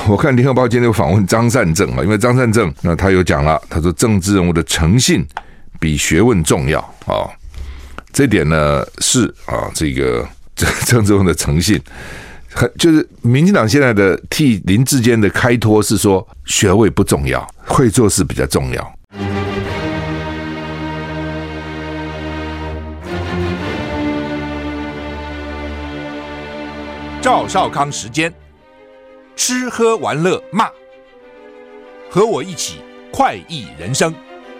我看联合报今天有访问张善政因为张善政那他有讲了，他说政治人物的诚信比学问重要这点呢是这个政治人物的诚信，就是民进党现在的替林智坚的开脱是说学位不重要，会做事比较重要。 赵少康时间，吃喝玩乐骂，和我一起快意人生。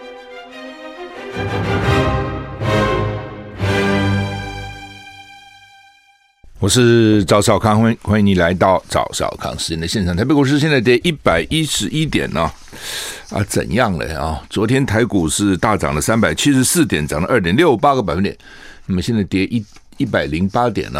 我是赵少康，欢迎你来到赵少康时间的现场。台北股市现在跌111点怎样了昨天台股是大涨了374点，涨了 2.68 个百分点，那么现在跌108点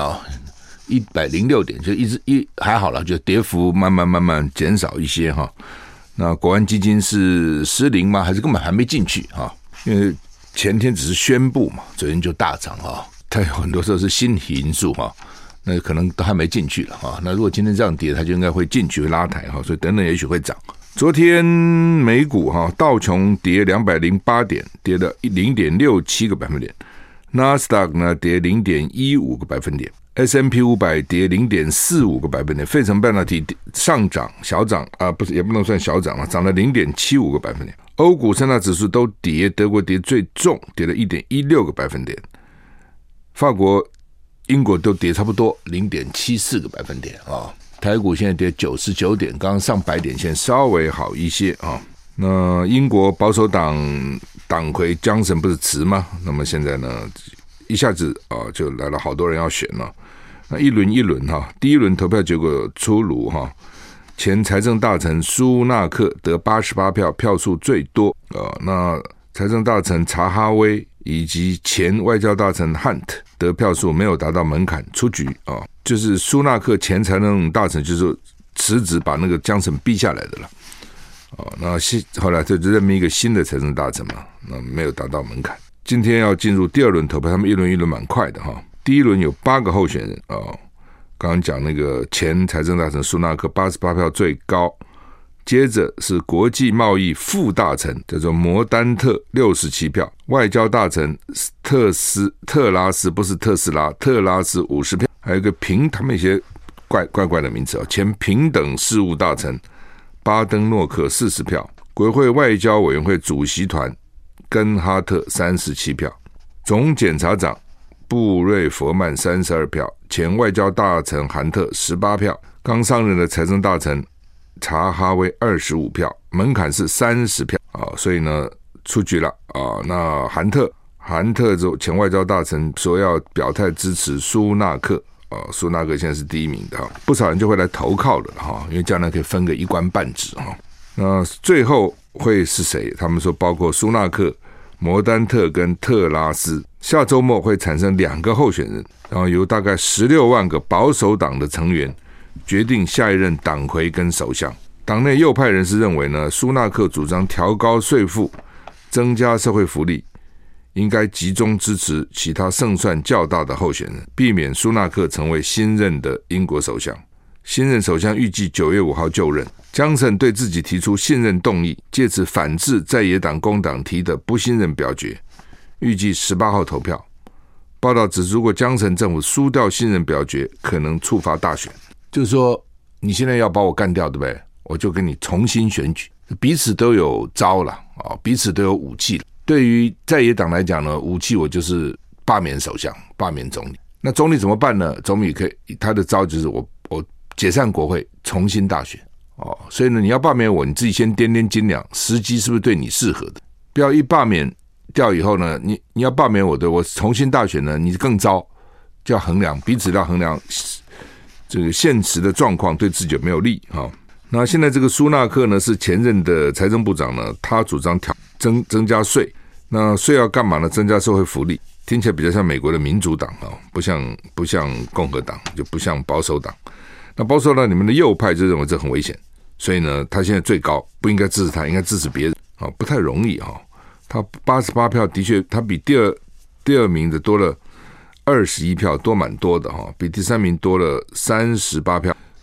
106点，就还好了，就跌幅慢慢减少一些那国安基金是失灵吗？还是根本还没进去因为前天只是宣布嘛，昨天就大涨它有很多时候是心理因素那可能都还没进去了那如果今天这样跌，它就应该会进去会拉抬所以等等也许会涨。昨天美股道琼跌208点，跌了 0.67 个百分点，纳斯达克呢跌 0.15 个百分点，S&P 500跌 0.45 个百分点，费城半导体上涨小涨不是也不能算小涨了，涨了 0.75 个百分点。欧股三大指数都跌，德国跌最重，跌了 1.16 个百分点，法国英国都跌差不多 0.74 个百分点台股现在跌99点，刚刚上100点线稍微好一些那英国保守党党魁江森不是辞吗？那么现在呢一下子就来了好多人要选了。那一轮第一轮投票结果出炉前财政大臣苏纳克得88票，票数最多那财政大臣查哈威以及前外交大臣 Hunt 得票数没有达到门槛出局就是苏纳克前财政大臣就是辞职把那个江森逼下来的了那后来就任命一个新的财政大臣嘛，那没有达到门槛。今天要进入第二轮投票，他们一轮蛮快的第一轮有8个候选人刚刚讲那个前财政大臣苏纳克88票最高，接着是国际贸易副大臣叫做摩丹特67票，外交大臣特拉斯不是特斯拉，特拉斯50票，还有一个他们一些怪的名字前平等事务大臣巴登诺克40票，国会外交委员会主席团根哈特37票，总检察长布瑞佛曼32票，前外交大臣韩特18票，刚上任的财政大臣查哈威25票，门槛是30票所以呢出局了那韩特前外交大臣说要表态支持苏纳克苏纳克现在是第一名的不少人就会来投靠了因为将来可以分个一官半职那最后会是谁？他们说包括苏纳克、摩丹特跟特拉斯，下周末会产生2个候选人，然后由大概16万个保守党的成员决定下一任党魁跟首相。党内右派人士认为呢，苏纳克主张调高税负，增加社会福利，应该集中支持其他胜算较大的候选人，避免苏纳克成为新任的英国首相。新任首相预计9月5号就任。江森对自己提出信任动议，借此反制在野党工党提的不信任表决，预计18号投票。报道指，如果江森政府输掉信任表决，可能触发大选。就是说，你现在要把我干掉，对不对？我就跟你重新选举，彼此都有招了彼此都有武器了。对于在野党来讲呢，武器我就是罢免首相、罢免总理。那总理怎么办呢？总理可以他的招就是我解散国会，重新大选。所以呢，你要罢免我，你自己先掂掂斤两，时机是不是对你适合的？不要一罢免掉以后呢，你要罢免我，对我重新大选呢，你更糟，就要衡量，彼此要衡量这个现实的状况对自己有没有利那现在这个苏纳克呢是前任的财政部长呢，他主张增加税，那税要干嘛呢？增加社会福利，听起来比较像美国的民主党不像共和党，就不像保守党。那保守党你们的右派就认为这很危险，所以呢，他现在最高不应该支持他，应该支持别人不太容易他88票的确，他比第二名的多了21票，多蛮多的比第3名多了38票。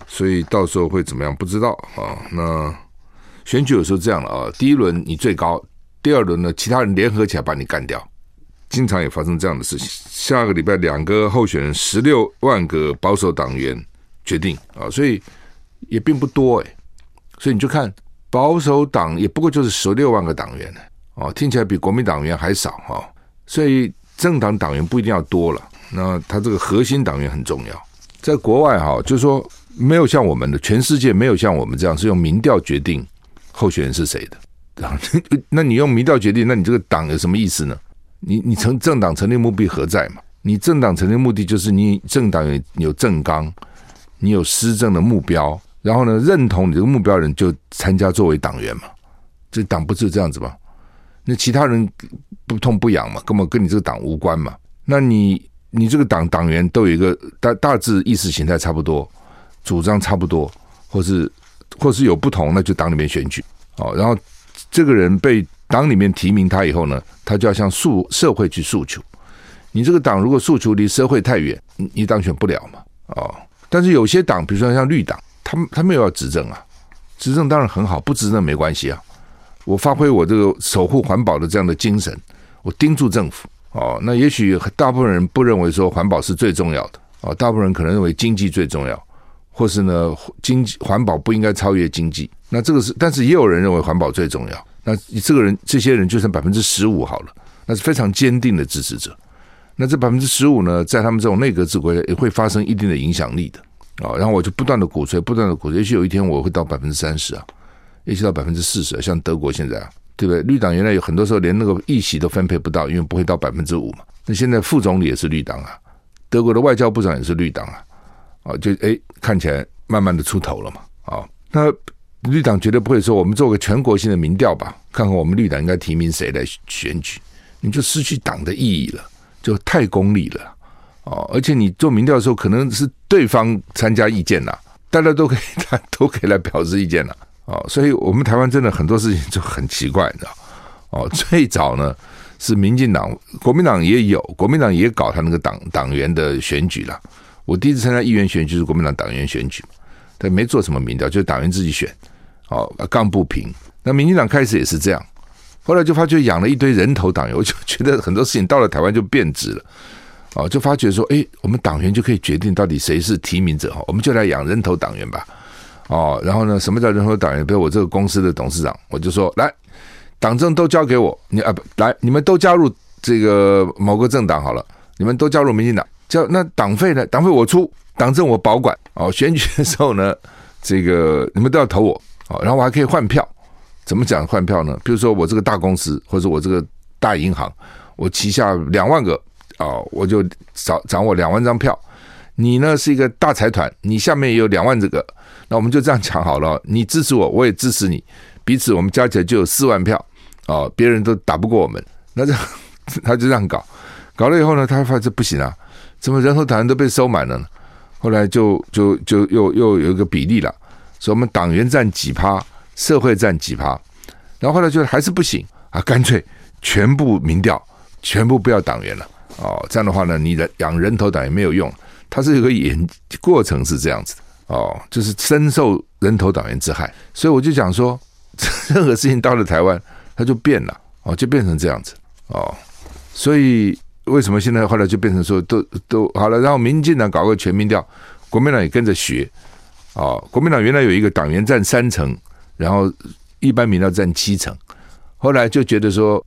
所以到时候会怎么样不知道啊。那选举有时候这样了啊，第一轮你最高，第二轮呢其他人联合起来把你干掉，经常也发生这样的事情。下个礼拜2个候选人16万个保守党员决定啊，所以也并不多所以你就看保守党也不过就是16万个党员听起来比国民党员还少所以政党党员不一定要多了，那他这个核心党员很重要。在国外就是说没有像我们的，全世界没有像我们这样是用民调决定候选人是谁的那你用民调决定，那你这个党有什么意思呢？你政党成立目的何在嘛？你政党成立目的就是你政党有政纲，你有施政的目标，然后呢认同你这个目标人就参加作为党员嘛。这党不是这样子吗？那其他人不痛不痒嘛，根本跟你这个党无关嘛。那你这个党员都有一个大致意识形态差不多，主张差不多，或是有不同，那就党里面选举然后这个人被党里面提名他以后呢，他就要向社会去诉求。你这个党如果诉求离社会太远，你当选不了嘛但是有些党，比如说像绿党，他没有要执政执政当然很好，不执政没关系我发挥我这个守护环保的这样的精神，我盯住政府那也许大部分人不认为说环保是最重要的大部分人可能认为经济最重要，或是呢环保不应该超越经济。那这个是，但是也有人认为环保最重要。那这些人就算 15% 好了，那是非常坚定的支持者。那这 15% 呢，在他们这种内阁制国家也会发生一定的影响力的然后我就不断的鼓吹，也许有一天我会到 30% 也许到 40%，像德国现在对不对？绿党原来有很多时候连那个议席都分配不到，因为不会到 5% 嘛。那现在副总理也是绿党德国的外交部长也是绿党就看起来慢慢的出头了嘛那绿党绝对不会说我们做个全国性的民调吧，看看我们绿党应该提名谁来选举，你就失去党的意义了，就太功利了而且你做民调的时候可能是对方参加意见大家都可以来表示意见所以我们台湾真的很多事情就很奇怪，你知道最早呢是民进党，国民党也有，国民党也搞他那个党员的选举啦。我第一次参加议员选举是国民党党员选举，但没做什么民调，就是党员自己选杠不平。那民进党开始也是这样，后来就发觉养了一堆人头党员，我就觉得很多事情到了台湾就变质了就发觉说我们党员就可以决定到底谁是提名者我们就来养人头党员吧然后呢，什么叫人头党员？比如我这个公司的董事长，我就说来，党政都交给我，你们都加入这个某个政党好了，你们都加入民进党，那党费呢？党费我出，党政我保管选举的时候呢，这个你们都要投我然后我还可以换票。怎么讲换票呢？比如说我这个大公司或者我这个大银行，我旗下2万个我就掌握2万张票。你呢是一个大财团，你下面也有2万这个，那我们就这样讲好了，你支持我，我也支持你，彼此我们加起来就有4万票别人都打不过我们。那他就这样搞了以后呢，他发现不行怎么人头党员都被收满了呢？后来就又有一个比例了，所以我们党员占几%，社会占几%，然后后来觉得还是不行干脆全部民调，全部不要党员了这样的话呢，你养人头党员没有用。它是有个过程是这样子的就是深受人头党员之害。所以我就讲说，任何事情到了台湾，它就变了就变成这样子所以为什么现在后来就变成说都好了，然后民进党搞个全民调，国民党也跟着学国民党原来有一个党员占30%，然后一般民调占70%，后来就觉得说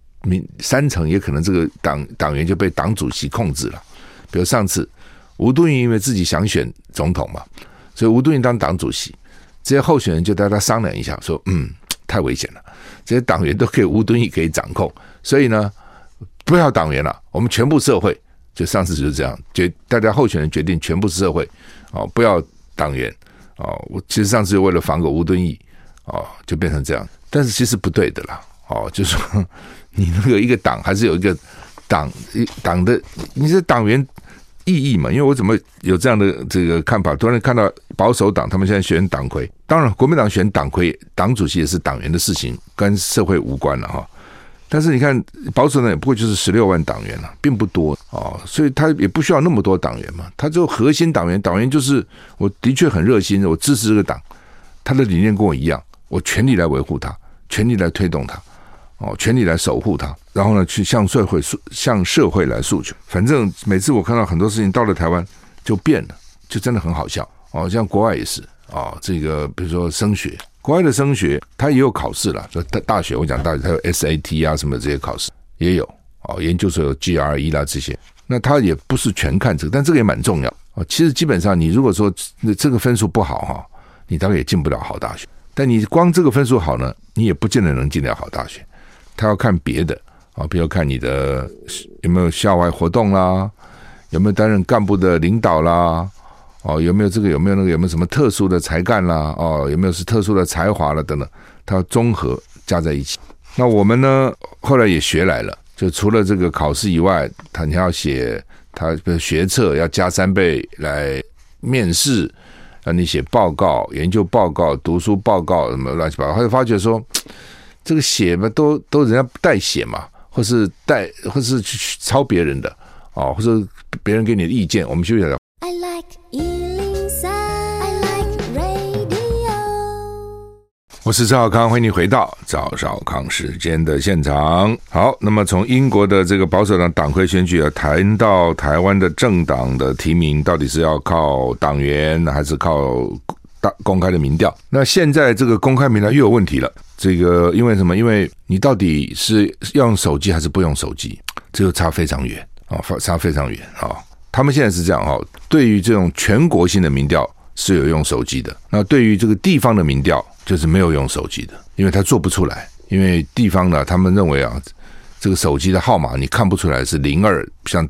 30%也可能这个党员就被党主席控制了。比如上次吴敦义因为自己想选总统嘛，所以吴敦义当党主席，这些候选人就带他商量一下，说太危险了，这些党员都可以吴敦义可以掌控，所以呢不要党员了，我们全部社会。就上次就是这样，大家候选人决定全部社会不要党员我其实上次为了防个吴敦义就变成这样，但是其实不对的啦就是说你那个一个党还是有一个党的，你是党员意义嘛？因为我怎么有这样的这个看法？突然看到保守党他们现在选党魁，当然国民党选党魁、党主席也是党员的事情，跟社会无关了但是你看保守党也不过就是16万党员了，并不多所以他也不需要那么多党员嘛。他只有核心党员就是我的确很热心，我支持这个党，他的理念跟我一样，我全力来维护他，全力来推动他，全力来守护他，然后呢去向社会来诉求。反正每次我看到很多事情到了台湾就变了，就真的很好笑像国外也是这个比如说升学，国外的升学它也有考试啦，就大学我讲大学它有 SAT 什么这些考试也有研究所有 GRE 啦这些，那它也不是全看这个，但这个也蛮重要其实基本上你如果说这个分数不好你大概也进不了好大学，但你光这个分数好呢，你也不见得能进了好大学。他要看别的比如看你的有没有校外活动啦，有没有担任干部的领导啦有没有这个有没有那个，有没有什么特殊的才干啦有没有是特殊的才华啦等等，他要综合加在一起。那我们呢后来也学来了，就除了这个考试以外，你要写他的学测要加3倍来面试，让你写报告、研究报告、读书报告什么乱七八糟，他就发觉说这个写嘛都人家代写嘛，或是去抄别人的或者别人给你的意见。我们休息一下。I like 103, I like radio。 我是赵少康，欢迎你回到赵少康时间的现场。好，那么从英国的这个保守党党魁选举谈到台湾的政党的提名，到底是要靠党员还是靠公开的民调？那现在这个公开民调又有问题了。这个因为什么？因为你到底是要用手机还是不用手机，这就差非常远差非常远他们现在是这样对于这种全国性的民调是有用手机的，那对于这个地方的民调就是没有用手机的，因为他做不出来。因为地方呢，他们认为这个手机的号码你看不出来是02，像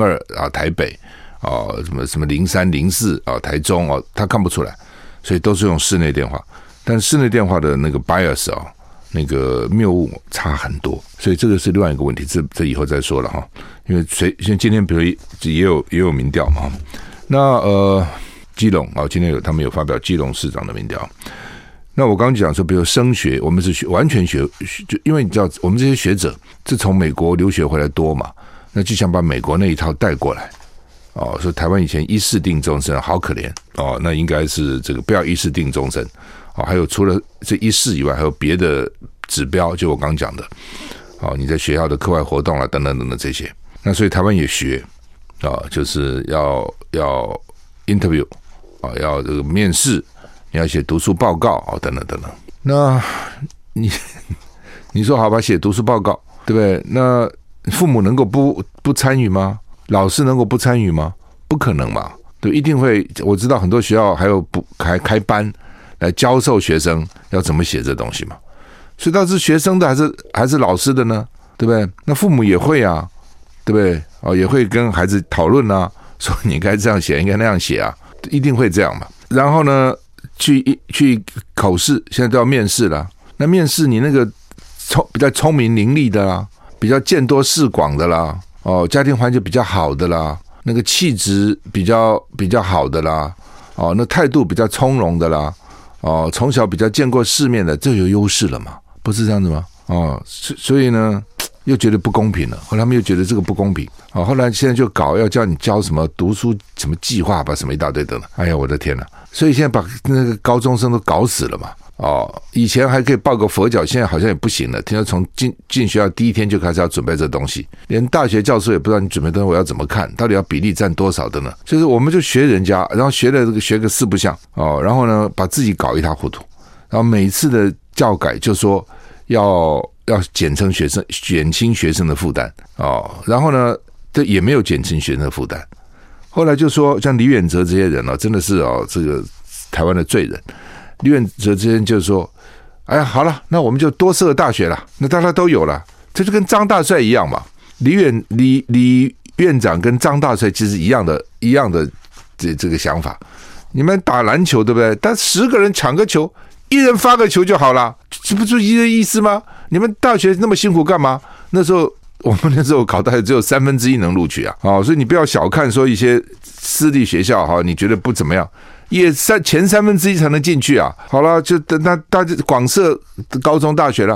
02台北什么03、04台中他看不出来，所以都是用室内电话。但室内电话的那个 bias 那个谬误差很多，所以这个是另外一个问题，这以后再说了因为像今天比如也有民调嘛，那基隆今天他们有发表基隆市长的民调。那我刚刚讲说，比如升学，我们是完全就因为你知道我们这些学者是从美国留学回来多嘛，那就想把美国那一套带过来说台湾以前一试定终身好可怜那应该是这个不要一试定终身还有除了这一试以外，还有别的指标，就我刚讲的你在学校的课外活动等等等等这些。那所以台湾也学就是要 interview要这个面试，你要写读书报告等等等等。那你说好吧，写读书报告对不对？那父母能够不参与吗？老师能够不参与吗？不可能嘛，对，一定会。我知道很多学校还有开班来教授学生要怎么写这东西嘛，所以到底是学生的还是老师的呢？对不对？那父母也会对不对？也会跟孩子讨论说你应该这样写，应该那样写一定会这样嘛。然后呢，去考试，现在都要面试了。那面试你那个比较聪明伶俐的啦，比较见多识广的啦，家庭环境比较好的啦，那个气质比较好的啦，那态度比较从容的啦。从小比较见过世面的，这有优势了嘛？不是这样子吗？所以呢，又觉得不公平了。后来他们又觉得这个不公平后来现在就要叫你教什么读书什么计划吧，什么一大堆的了。哎呀，我的天哪！所以现在把那个高中生都搞死了嘛。以前还可以抱个佛脚，现在好像也不行了。听说从进学校第一天就开始要准备这东西，连大学教授也不知道你准备的我要怎么看，到底要比例占多少的呢？就是我们就学人家，然后学个四不像然后呢把自己搞一塌糊涂，然后每一次的教改就说要减轻学生的负担然后呢这也没有减轻学生的负担。后来就说像李远哲这些人真的是这个台湾的罪人。李远哲之前就说哎呀好了，那我们就多设大学了，那大家都有了，这就跟张大帅一样嘛。李院长跟张大帅其实一样的这个想法。你们打篮球对不对？但10个人抢个球，一人发个球就好了，这不就一个意思吗？你们大学那么辛苦干嘛？我们那时候考大学只有1/3能录取所以你不要小看说一些私立学校你觉得不怎么样，也前1/3才能进去好了，就那大广设高中大学了，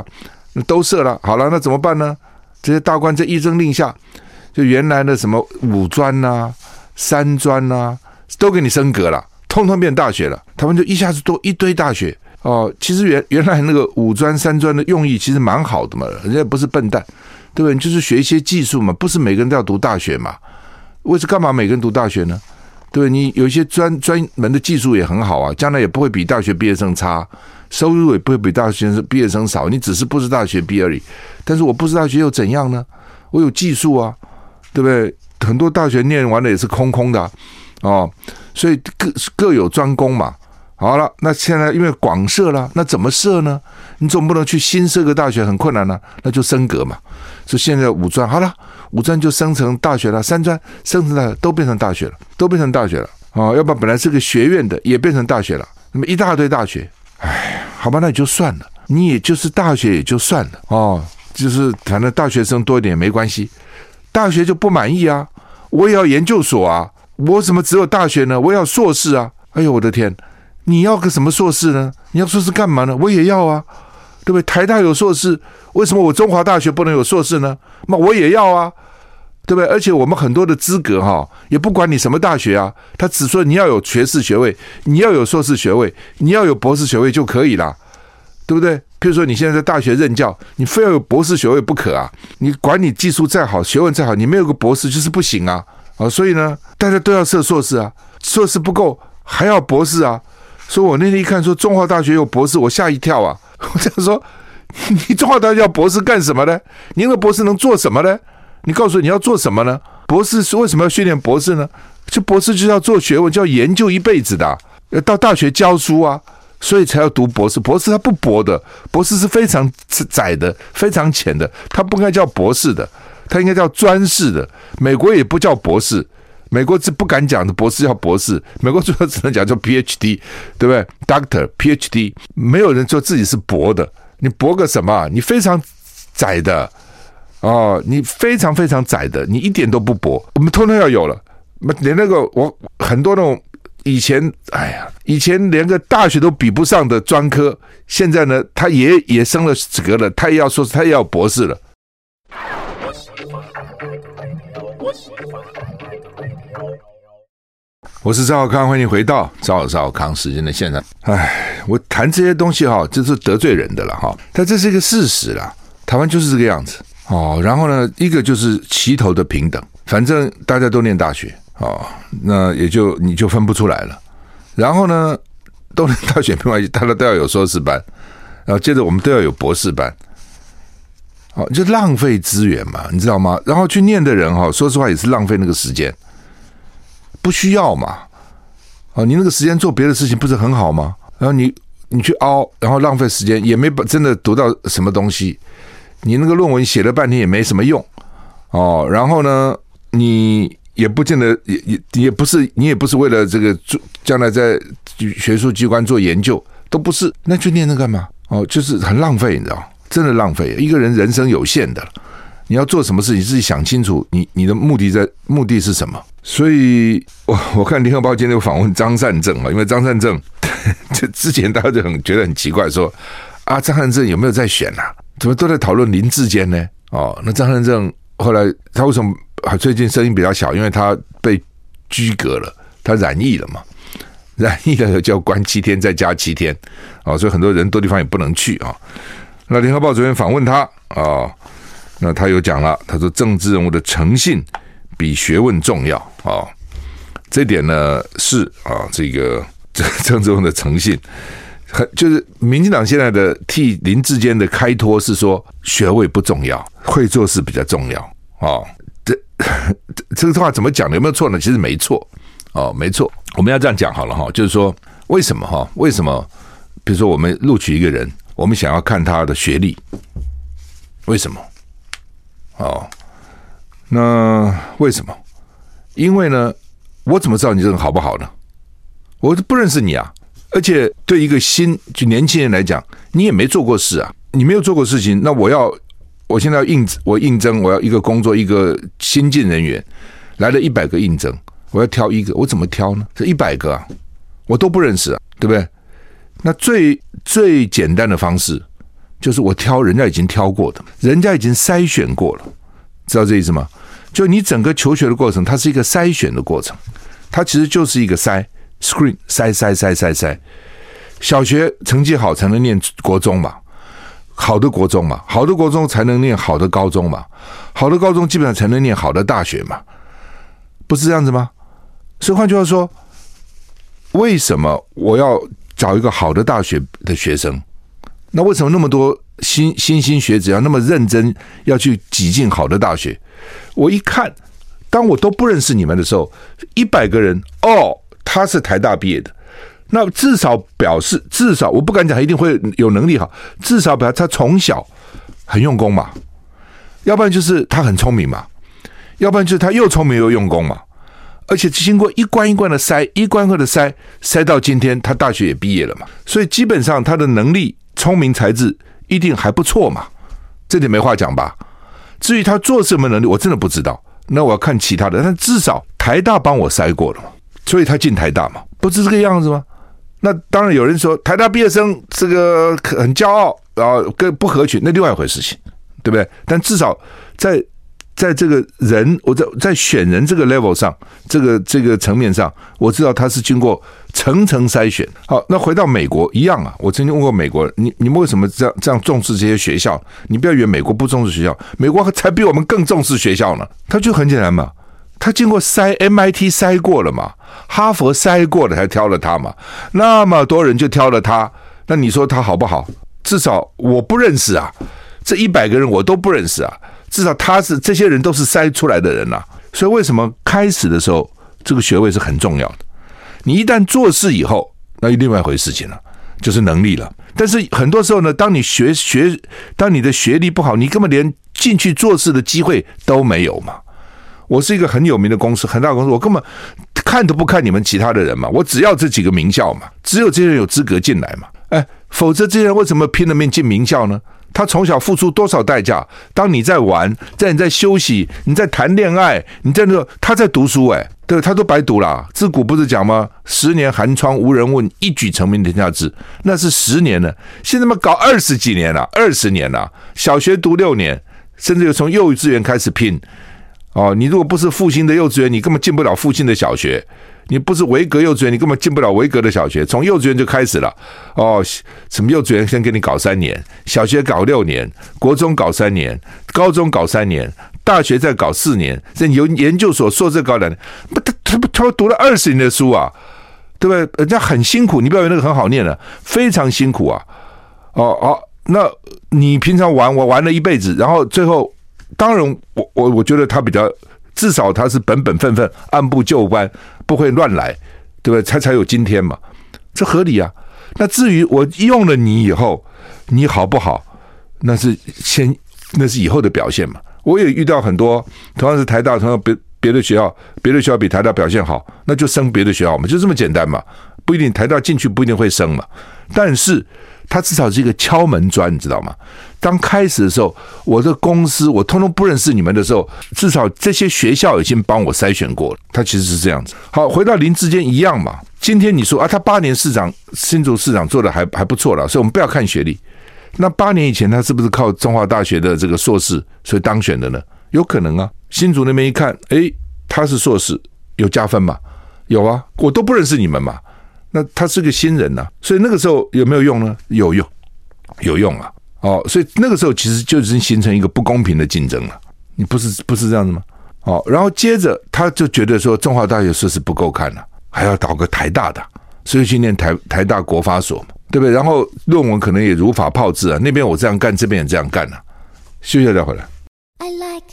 都设了，好了，那怎么办呢？这些大官在一声令下，就原来的什么五专啊、三专啊，都给你升格了，通通变大学了。他们就一下子多一堆大学哦。其实原来那个五专、三专的用意其实蛮好的嘛，人家不是笨蛋，对不对？你就是学一些技术嘛，不是每个人都要读大学嘛。为什么干嘛每个人读大学呢？对，你有一些专门的技术也很好啊，将来也不会比大学毕业生差，收入也不会比大学毕业生少，你只是不是大学毕业而已。但是我不是大学又怎样呢？我有技术啊，对不对？很多大学念完了也是空空的哦，所以各有专攻嘛。好了，那现在因为广设了，那怎么设呢？你总不能去新设个大学，很困难了，那就升格嘛。所以现在五专好了，五专就升成大学了，三专升成大学，都变成大学了，都变成大学了哦。要不然本来是个学院的，也变成大学了，那么一大堆大学，哎，好吧，那也就算了，你也就是大学也就算了哦，就是反正大学生多一点也没关系。大学就不满意啊，我也要研究所啊，我怎么只有大学呢？我也要硕士啊！哎呦我的天，你要个什么硕士呢？你要硕士干嘛呢？我也要啊，对不对？台大有硕士，为什么我中华大学不能有硕士呢？那我也要啊，对不对？而且我们很多的资格哈，也不管你什么大学啊，他只说你要有学士学位，你要有硕士学位，你要有博士学位就可以啦，对不对？譬如说你现在在大学任教，你非要有博士学位不可啊！你管你技术再好，学问再好，你没有个博士就是不行啊！所以呢，大家都要设硕士啊，硕士不够还要博士啊！所以我那天一看说中华大学有博士，我吓一跳啊！我想说，你中华大学要博士干什么呢？你那个博士能做什么呢？你告诉我你要做什么呢？博士是为什么要训练博士呢？就博士就要做学问，就要研究一辈子的啊，要到大学教书啊！所以才要读博士，博士他不博的，博士是非常窄的、非常浅的，他不应该叫博士的，他应该叫专士的。美国也不叫博士，美国是不敢讲的，博士叫博士，美国最多只能讲叫 PhD， 对不对 ？Doctor PhD， 没有人说自己是博的，你博个什么？你非常窄的哦，你非常非常窄的，你一点都不博，我们通通要有了，连那个我很多那种。以前连个大学都比不上的专科，现在呢，他也升了格了，他也要硕士，他也要博士了。我是赵少康，欢迎回到赵少康时间的现场。我谈这些东西哈，这是得罪人的了哈，但这是一个事实啦，台湾就是这个样子哦。然后呢，一个就是齐头的平等，反正大家都念大学。哦，那你就分不出来了。然后呢，都念大学没关系，大家都要有硕士班，然后接着我们都要有博士班。哦，就浪费资源嘛，你知道吗？然后去念的人哈，说实话也是浪费那个时间，不需要嘛。哦，你那个时间做别的事情不是很好吗？然后你去凹，然后浪费时间，也没真的读到什么东西。你那个论文写了半天也没什么用。哦，然后呢，你也不见得也不是你也不是为了这个将来在学术机关做研究，都不是，那去念那干嘛？哦，就是很浪费，你知道，真的浪费。一个人人生有限的，你要做什么事情自己想清楚，你的目的是什么？所以我看联合报今天有访问张善政嘛，因为张善政之前大家就觉得很奇怪，说啊张善政有没有在选啊？怎么都在讨论林智坚呢？哦，那张善政后来他为什么？最近声音比较小，因为他被居隔了，他染疫了嘛，染疫了就要关7天，再加7天，所以很多人多地方也不能去啊。那联合报昨天访问他那他有讲了，他说政治人物的诚信比学问重要这点呢是这个政治人物的诚信，就是民进党现在的替林智坚的开脱是说学位不重要，会做事比较重要这个话怎么讲呢？有没有错呢？其实没错没错。我们要这样讲好了就是说为什么比如说我们录取一个人，我们想要看他的学历，为什么那为什么？因为呢，我怎么知道你这个人好不好呢？我不认识你啊，而且对一个就年轻人来讲，你也没做过事啊，你没有做过事情，那我现在要应征，我要一个工作，一个新进人员来了100个应征，我要挑一个，我怎么挑呢？这100个啊，我都不认识啊，对不对？那最简单的方式就是我挑人家已经挑过的，人家已经筛选过了，知道这意思吗？就你整个求学的过程，它是一个筛选的过程，它其实就是一个筛 screen 筛。小学成绩好才能念国中嘛，好的国中嘛，好的国中才能念好的高中嘛，好的高中基本上才能念好的大学嘛，不是这样子吗？所以换句话说，为什么我要找一个好的大学的学生？那为什么那么多新学子要那么认真要去挤进好的大学？我一看，当我都不认识你们的时候，100个人，他是台大毕业的，那至少表示，我不敢讲一定会有能力好，至少表示他从小很用功嘛，要不然就是他很聪明嘛，要不然就是他又聪明又用功嘛，而且经过一关一关的筛，一关一关的筛到今天他大学也毕业了嘛，所以基本上他的能力、聪明才智一定还不错嘛，这点没话讲吧。至于他做什么能力我真的不知道，那我要看其他的，但至少台大帮我筛过了嘛，所以他进台大嘛，不是这个样子吗？那当然有人说台大毕业生这个很骄傲，然后跟不合群，那另外一回事情，对不对？但至少在这个人，我在选人这个 level 上，这个层面上，我知道他是经过层层筛选。好，那回到美国一样啊，我曾经问过美国人，你们为什么这样重视这些学校？你不要以为美国不重视学校，美国才比我们更重视学校呢。他就很简单嘛，他经过筛 MIT 筛过了嘛，哈佛筛过了才挑了他嘛，那么多人就挑了他，那你说他好不好？至少我不认识啊，这100个人我都不认识啊。至少这些人都是筛出来的人啊，所以为什么开始的时候这个学位是很重要的？你一旦做事以后，那另外一回事情了，就是能力了。但是很多时候呢，当你当你的学历不好，你根本连进去做事的机会都没有嘛。我是一个很有名的公司，很大的公司，我根本看都不看你们其他的人嘛，我只要这几个名校嘛，只有这些人有资格进来嘛。否则这些人为什么拼了命进名校呢？他从小付出多少代价？当你在玩，你在休息，你在谈恋爱，你在他在读书，对，他都白读啦。自古不是讲吗？10年寒窗无人问，一举成名天下知。那是10年了，现在嘛搞20几年了，20年了。小学读6年，甚至有从幼稚园开始拼。你如果不是复兴的幼稚园，你根本进不了复兴的小学。你不是维格幼稚园，你根本进不了维格的小学。从幼稚园就开始了，什么幼稚园先给你搞3年，小学搞6年，国中搞3年，高中搞3年，大学再搞4年，研究所硕士搞2年，他读了20年的书啊，对不对？人家很辛苦，你不要以为那个很好念了，非常辛苦啊。那你平常我玩了一辈子，然后最后，当然我觉得他比较。至少他是本分，按部就班，不会乱来，对不对？才有今天嘛，这合理啊。那至于我用了你以后，你好不好，那是以后的表现嘛。我也遇到很多同样是台大，同样别的学校比台大表现好，那就升别的学校嘛，就这么简单嘛。不一定台大进去不一定会升嘛，但是它至少是一个敲门砖，你知道吗？当开始的时候，我的公司我通通不认识你们的时候，至少这些学校已经帮我筛选过了，它其实是这样子。好，回到林智坚一样嘛。今天你说他8年新竹市长做的还不错了，所以我们不要看学历。那8年以前他是不是靠中华大学的这个硕士所以当选的呢？有可能啊。新竹那边一看，他是硕士，有加分嘛？有啊，我都不认识你们嘛。那他是个新人啊，所以那个时候有没有用呢？有用啊。所以那个时候其实就已经形成一个不公平的竞争了。你不是这样子吗？然后接着他就觉得说中华大学硕士不够看了，还要搞个台大的，所以去念台大国法所嘛，对不对？然后论文可能也如法炮制啊，那边我这样干，这边也这样干啊。休息再回来。I like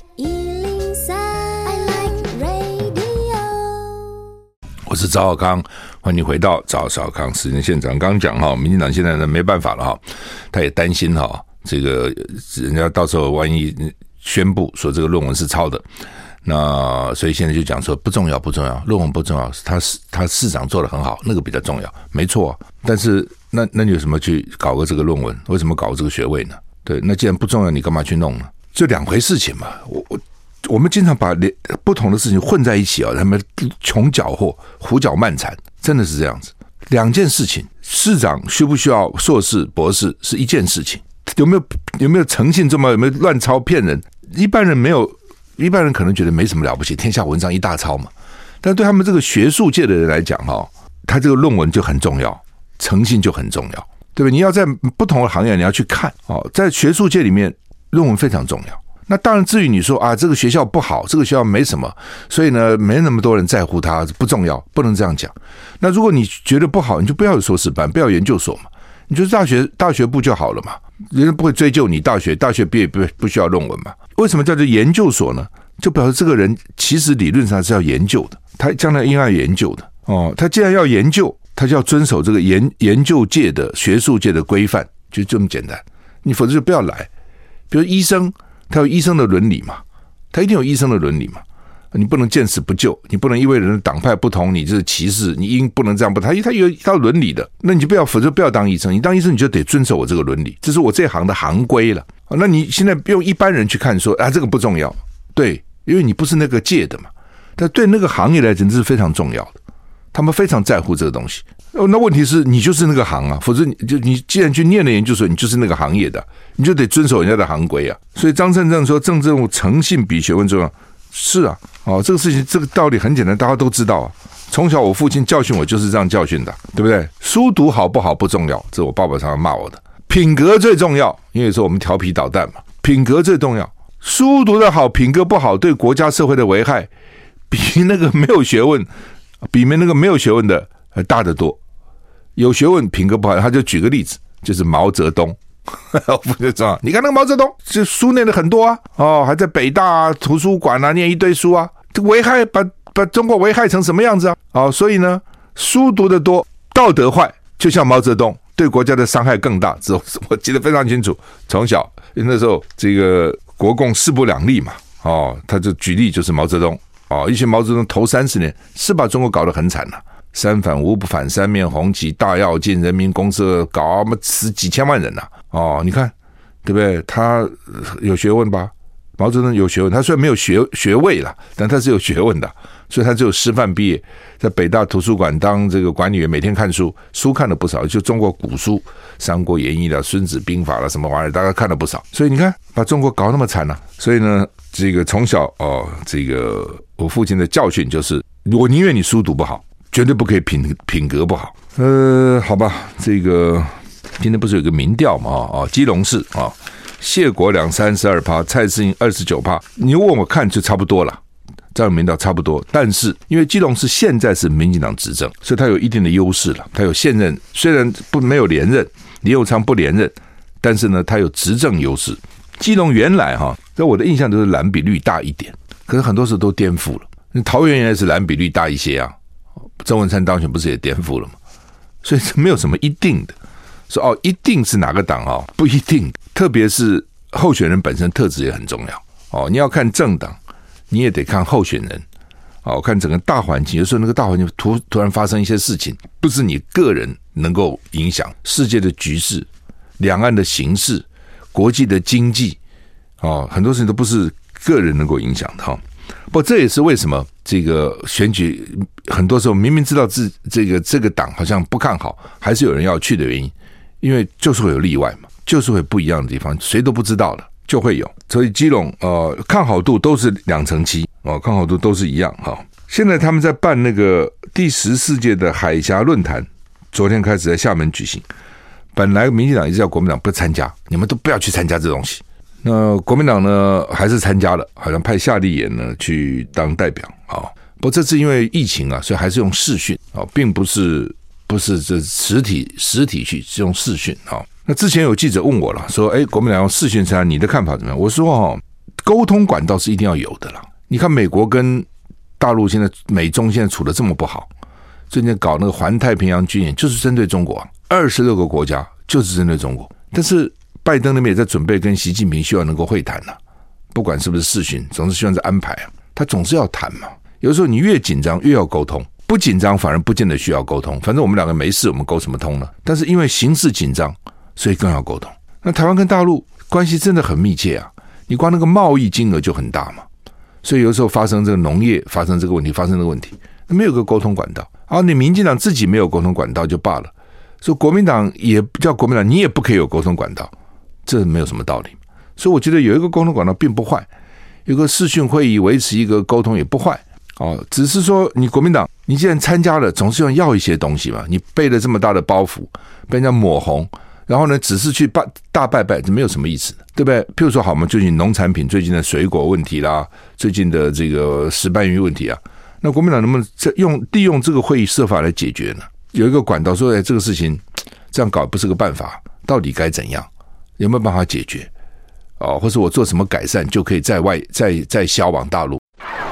103, I like radio。我是赵少康，欢迎你回到赵少康时间现场。刚刚讲民进党现在呢没办法了他也担心这个人家到时候万一宣布说这个论文是抄的，那所以现在就讲说不重要，论文不重要，他市长做得很好，那个比较重要，没错啊。但是那你有什么去搞个这个论文？为什么搞这个学位呢？对，那既然不重要，你干嘛去弄呢？就2回事情嘛。我们经常把不同的事情混在一起他们穷搅和，胡搅蛮缠，真的是这样子。2件事情，市长需不需要硕士博士是一件事情， 有没有诚信重要，有没有乱抄骗人？一般人没有，一般人可能觉得没什么了不起，天下文章一大抄嘛。但对他们这个学术界的人来讲他这个论文就很重要，诚信就很重要，对不对？你要在不同的行业你要去看在学术界里面论文非常重要。那当然至于你说这个学校不好，这个学校没什么，所以呢没那么多人在乎它，不重要，不能这样讲。那如果你觉得不好，你就不要有硕士班，不要研究所嘛，你就大学部就好了嘛，人家不会追究你大学毕业不需要论文嘛。为什么叫做研究所呢？就表示这个人其实理论上是要研究的，他将来应该研究的他既然要研究，他就要遵守这个研究界的学术界的规范，就这么简单。你否则就不要来。比如医生，他有医生的伦理嘛，他一定有医生的伦理嘛。你不能见死不救，你不能因为人的党派不同，你就是歧视，你不能这样他有一套伦理的，那你就否则不要当医生。你当医生你就得遵守我这个伦理，这是我这行的行规了。那你现在用一般人去看说这个不重要，对，因为你不是那个界的嘛。但对那个行业来讲这是非常重要的，他们非常在乎这个东西。那问题是你就是那个行否则你既然去念了研究所，你就是那个行业的，你就得遵守人家的行规所以张善政说政治任务诚信比学问重要，是这个事情这个道理很简单，大家都知道从小我父亲教训我就是这样教训的，对不对？书读好不好不重要，这是我爸爸常常骂我的。品格最重要，因为说我们调皮捣蛋嘛，品格最重要。书读得好，品格不好，对国家社会的危害比那个没有学问的大得多。有学问品格不好，他就举个例子，就是毛泽东。你看那个毛泽东，这书念的很多还在北大图书馆念一堆书这危害把中国危害成什么样子所以呢，书读得多，道德坏，就像毛泽东，对国家的伤害更大。我记得非常清楚，从小那时候这个国共势不两立嘛他就举例就是毛泽东以前毛泽东头30年是把中国搞得很惨三反五不反，三面红旗，大跃进，人民公社，搞死几千万人你看对不对？他有学问吧？毛泽东有学问，他虽然没有学位啦，但他是有学问的，所以他只有师范毕业，在北大图书馆当这个管理员，每天看书看了不少，就中国古书，《三国演义》啦，《孙子兵法》啦，什么玩意儿，大家看了不少。所以你看，把中国搞那么惨所以呢，这个从小这个我父亲的教训就是，我宁愿你书读不好，绝对不可以品格不好。好吧，这个今天不是有个民调嘛？基隆市谢国良32%，蔡适应29%。你问我看就差不多了，这样民调差不多。但是因为基隆市现在是民进党执政，所以他有一定的优势了。他有现任，虽然没有连任，李友昌不连任，但是呢，他有执政优势。基隆原来在我的印象都是蓝比率大一点，可是很多时候都颠覆了。桃园原来是蓝比率大一些郑文灿当选不是也颠覆了吗？所以没有什么一定的说一定是哪个党不一定，特别是候选人本身特质也很重要你要看政党，你也得看候选人看整个大环境。有时候那个大环境突然发生一些事情，不是你个人能够影响，世界的局势、两岸的形势、国际的经济很多事情都不是个人能够影响的不，这也是为什么这个选举很多时候明明知道这个党好像不看好，还是有人要去的原因，因为就是会有例外嘛，就是会不一样的地方，谁都不知道的就会有。所以基隆看好度都是2成7看好度都是一样现在他们在办那个第14届的海峡论坛，昨天开始在厦门举行。本来民进党一直叫国民党不参加，你们都不要去参加这东西。那国民党呢还是参加了，好像派夏立言呢去当代表不过这次因为疫情所以还是用视讯并不是这实体去，是用视讯那之前有记者问我了，说国民党用视讯参加，你的看法怎么样？我说沟通管道是一定要有的啦。你看美国跟大陆现在美中现在处得这么不好，最近搞那个环太平洋军演就是针对中国26个国家就是针对中国，但是拜登那边也在准备跟习近平希望能够会谈不管是不是视讯，总是希望在安排他总是要谈嘛。有时候你越紧张越要沟通，不紧张反而不见得需要沟通，反正我们两个没事，我们沟什么通呢？但是因为形势紧张，所以更要沟通。那台湾跟大陆关系真的很密切你光那个贸易金额就很大嘛，所以有时候发生这个农业发生这个问题，没有个沟通管道你民进党自己没有沟通管道就罢了，所以国民党也不叫国民党，你也不可以有沟通管道， 这没有什么道理。所以我觉得有一个沟通管道并不坏，有个视讯会议维持一个沟通也不坏只是说你国民党，你既然参加了，总是要一些东西嘛。你背了这么大的包袱，被人家抹红，然后呢，只是去大拜拜，这没有什么意思的，对不对？譬如说，好，我们最近农产品、最近的水果问题啦，最近的这个石斑鱼问题啊，那国民党能不能利用这个会议设法来解决呢？有一个管道说，这个事情这样搞不是个办法，到底该怎样？有没有办法解决？或者我做什么改善就可以再销往大陆？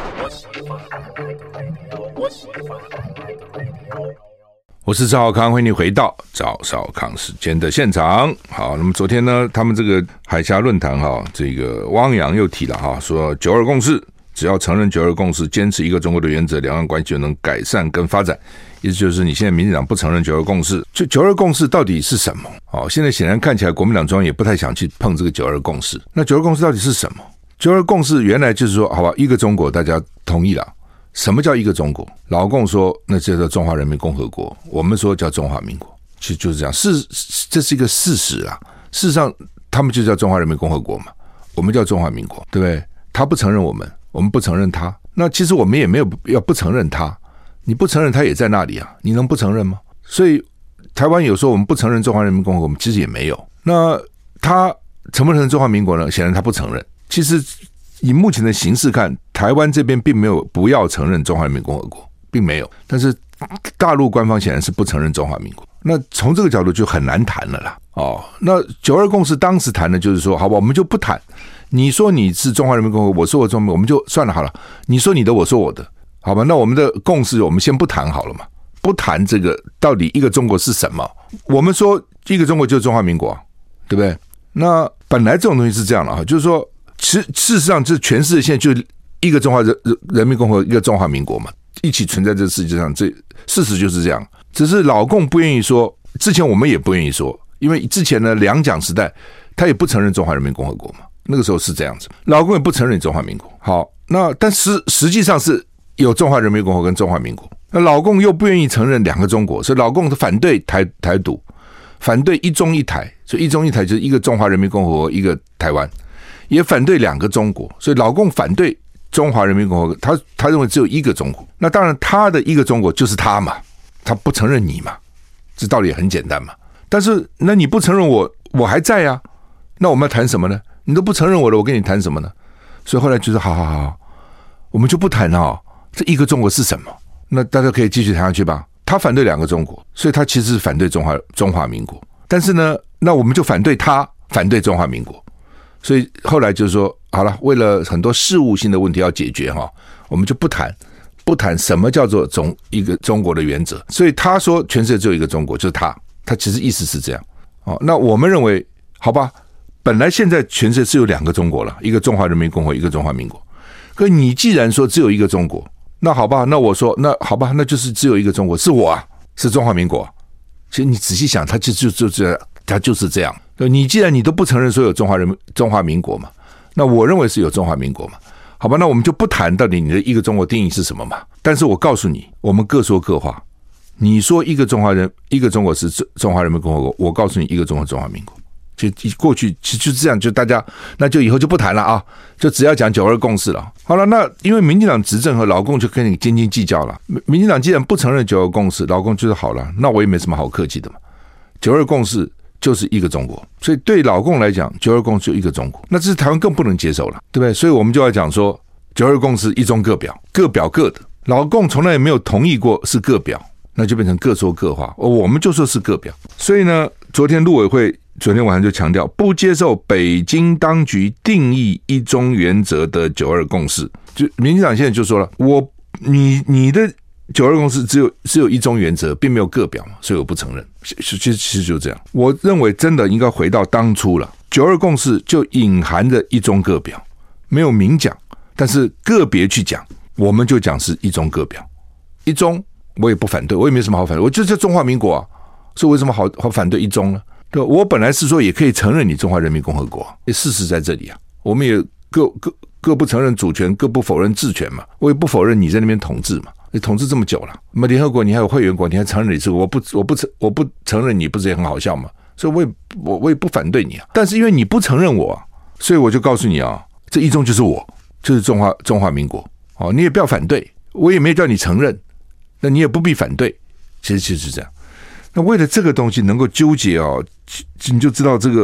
我是赵少康，欢迎你回到赵少康时间的现场。好，那么昨天呢，他们这个海峡论坛这个汪洋又提了说九二共识，只要承认九二共识，坚持一个中国的原则，两岸关系就能改善跟发展。意思就是你现在民进党不承认九二共识，就九二共识到底是什么？现在显然看起来国民党中央也不太想去碰这个九二共识。那九二共识到底是什么？九二共识原来就是说，好吧，一个中国大家同意了。什么叫一个中国？老共说那叫做中华人民共和国，我们说叫中华民国，其实就是这样。这是一个事实啊。事实上，他们就叫中华人民共和国嘛，我们叫中华民国，对不对？他不承认我们，我们不承认他。那其实我们也没有要不承认他，你不承认他也在那里啊，你能不承认吗？所以台湾有说我们不承认中华人民共和国，我们其实也没有。那他承不承认中华民国呢？显然他不承认。其实以目前的形势看，台湾这边并没有不要承认中华人民共和国，并没有。但是大陆官方显然是不承认中华民国。那从这个角度就很难谈了啦。那九二共识当时谈的就是说，好吧，我们就不谈。你说你是中华人民共和国，我说我中华民国，我们就算了好了。你说你的，我说我的，好吧？那我们的共识我们先不谈好了嘛，不谈这个到底一个中国是什么。我们说一个中国就是中华民国，对不对？那本来这种东西是这样的就是说。事实上，这全世界现在就一个中华人民共和国，一个中华民国嘛，一起存在这世界上，这事实就是这样。只是老共不愿意说，之前我们也不愿意说，因为之前呢，两蒋时代他也不承认中华人民共和国嘛，那个时候是这样子，老共也不承认中华民国。好，那但实际上是有中华人民共和国跟中华民国，那老共又不愿意承认两个中国，所以老共反对台独，反对一中一台，所以一中一台就是一个中华人民共和国，一个台湾。也反对两个中国，所以老共反对中华人民共和国，他认为只有一个中国。那当然，他的一个中国就是他嘛，他不承认你嘛，这道理也很简单嘛。但是，那你不承认我，我还在啊，那我们要谈什么呢？你都不承认我了，我跟你谈什么呢？所以后来就是好，我们就不谈这一个中国是什么？那大家可以继续谈下去吧。他反对两个中国，所以他其实是反对中华民国。但是呢，那我们就反对他，反对中华民国。所以后来就是说，好了，为了很多事务性的问题要解决我们就不谈什么叫做一个中国的原则。所以他说全世界只有一个中国，就是他其实意思是这样。那我们认为，好吧，本来现在全世界是有两个中国了，一个中华人民共和国，一个中华民国。可你既然说只有一个中国，那好吧，那我说那好吧，那就是只有一个中国，是我啊，是中华民国。其实你仔细想，他就是这样。你既然你都不承认说有中华民国嘛，那我认为是有中华民国嘛，好吧，那我们就不谈到底你的一个中国定义是什么嘛。但是我告诉你，我们各说各话。你说一个中国是中华人民共和国，我告诉你一个中华民国。就过去其实就是这样，就大家那就以后就不谈了啊，就只要讲九二共识了。好了，那因为民进党执政和老共就跟你斤斤计较了。民进党既然不承认九二共识，老共就是好了，那我也没什么好客气的嘛。九二共识就是一个中国，所以对老共来讲，九二共识就一个中国，那这是台湾更不能接受了，对不对？所以我们就要讲说，九二共识一中各表，各表各的。老共从来也没有同意过是各表，那就变成各说各话。我们就说是各表。所以呢，昨天陆委会昨天晚上就强调，不接受北京当局定义一中原则的九二共识。就民进党现在就说了，你的九二共识只有一中原则，并没有各表嘛，所以我不承认。其实就这样。我认为真的应该回到当初了，九二共识就隐含着一中各表，没有明讲，但是个别去讲，我们就讲是一中各表。一中我也不反对，我也没什么好反对，我就是中华民国啊，所以为什么好反对一中呢？对，我本来是说也可以承认你中华人民共和国，事实在这里啊，我们也各不承认主权，各不否认治权嘛，我也不否认你在那边统治嘛。你统治这么久了，那么联合国你还有会员国，你还承认你这个，我不承认你，不是也很好笑吗？ 所以我也不反对你啊。但是因为你不承认我啊，所以我就告诉你啊，这一中就是我，就是中华民国。哦，你也不要反对，我也没有叫你承认，那你也不必反对，其实是这样。那为了这个东西能够纠结哦，你就知道这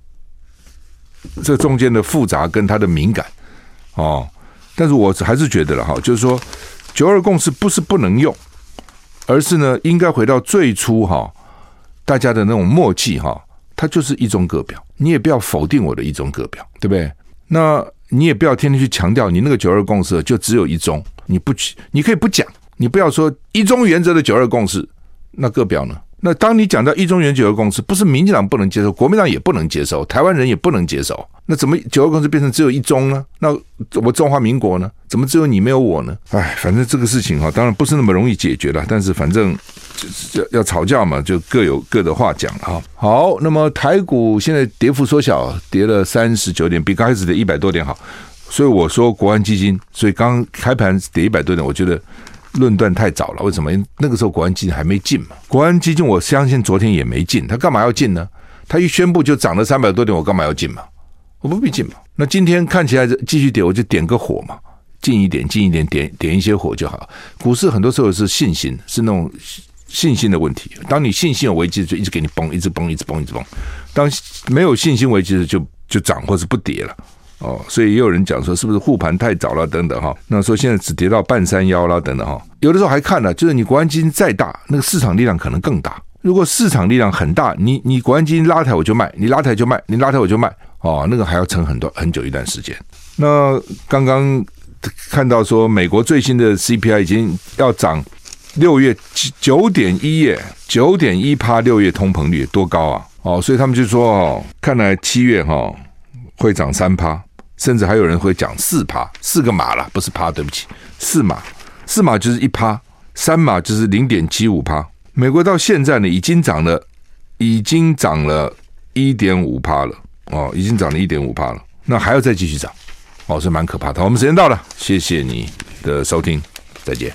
中间的复杂跟它的敏感哦。但是我还是觉得了哈，就是说9·2共识不是不能用，而是呢应该回到最初哈大家的那种默契哈，它就是一中各表，你也不要否定我的一中各表，对不对？那你也不要天天去强调你那个9·2共识就只有一中，你可以不讲，你不要说一中原则的9·2共识，那各表呢？那当你讲到一中原则9·2共识，不是民进党不能接受，国民党也不能接受，台湾人也不能接受，那怎么9·2共识变成只有一中呢？那我中华民国呢？怎么只有你没有我呢？哎，反正这个事情哈，当然不是那么容易解决了，但是反正要吵架嘛，就各有各的话讲了哈。好，那么台股现在跌幅缩小，跌了39点，比刚开始的100多点好，所以我说国安基金，所以刚开盘跌100多点，我觉得论断太早了。为什么？那个时候国安基金还没进嘛。国安基金我相信昨天也没进，他干嘛要进呢？他一宣布就涨了300多点，我干嘛要进嘛？我不必进嘛。那今天看起来继续跌，我就点个火嘛，进一点，点一些火就好。股市很多时候是信心，是那种信心的问题。当你信心有危机，就一直给你崩，一直崩。当没有信心危机的就涨或是不跌了。哦，所以也有人讲说是不是护盘太早了等等哈，那说现在只跌到半山腰了等等哈，有的时候还看了，就是你国安基金再大，那个市场力量可能更大。如果市场力量很大，你国安基金拉抬我就卖，你拉抬就卖，你拉抬我就卖，哦，那个还要撑很久一段时间。那刚刚看到说美国最新的 CPI 已经要涨6月 9.1 耶 9.1% 6月通膨率多高啊？哦，所以他们就说哦，看来7月哈会涨3%。甚至还有人会讲4%，4个码了，不是趴，对不起，4码就是1%，3码就是 0.75%。美国到现在呢，已经涨了 1.5% 了，哦，已经涨了 1.5% 了，那还要再继续涨，哦，是蛮可怕的。我们时间到了，谢谢你的收听，再见。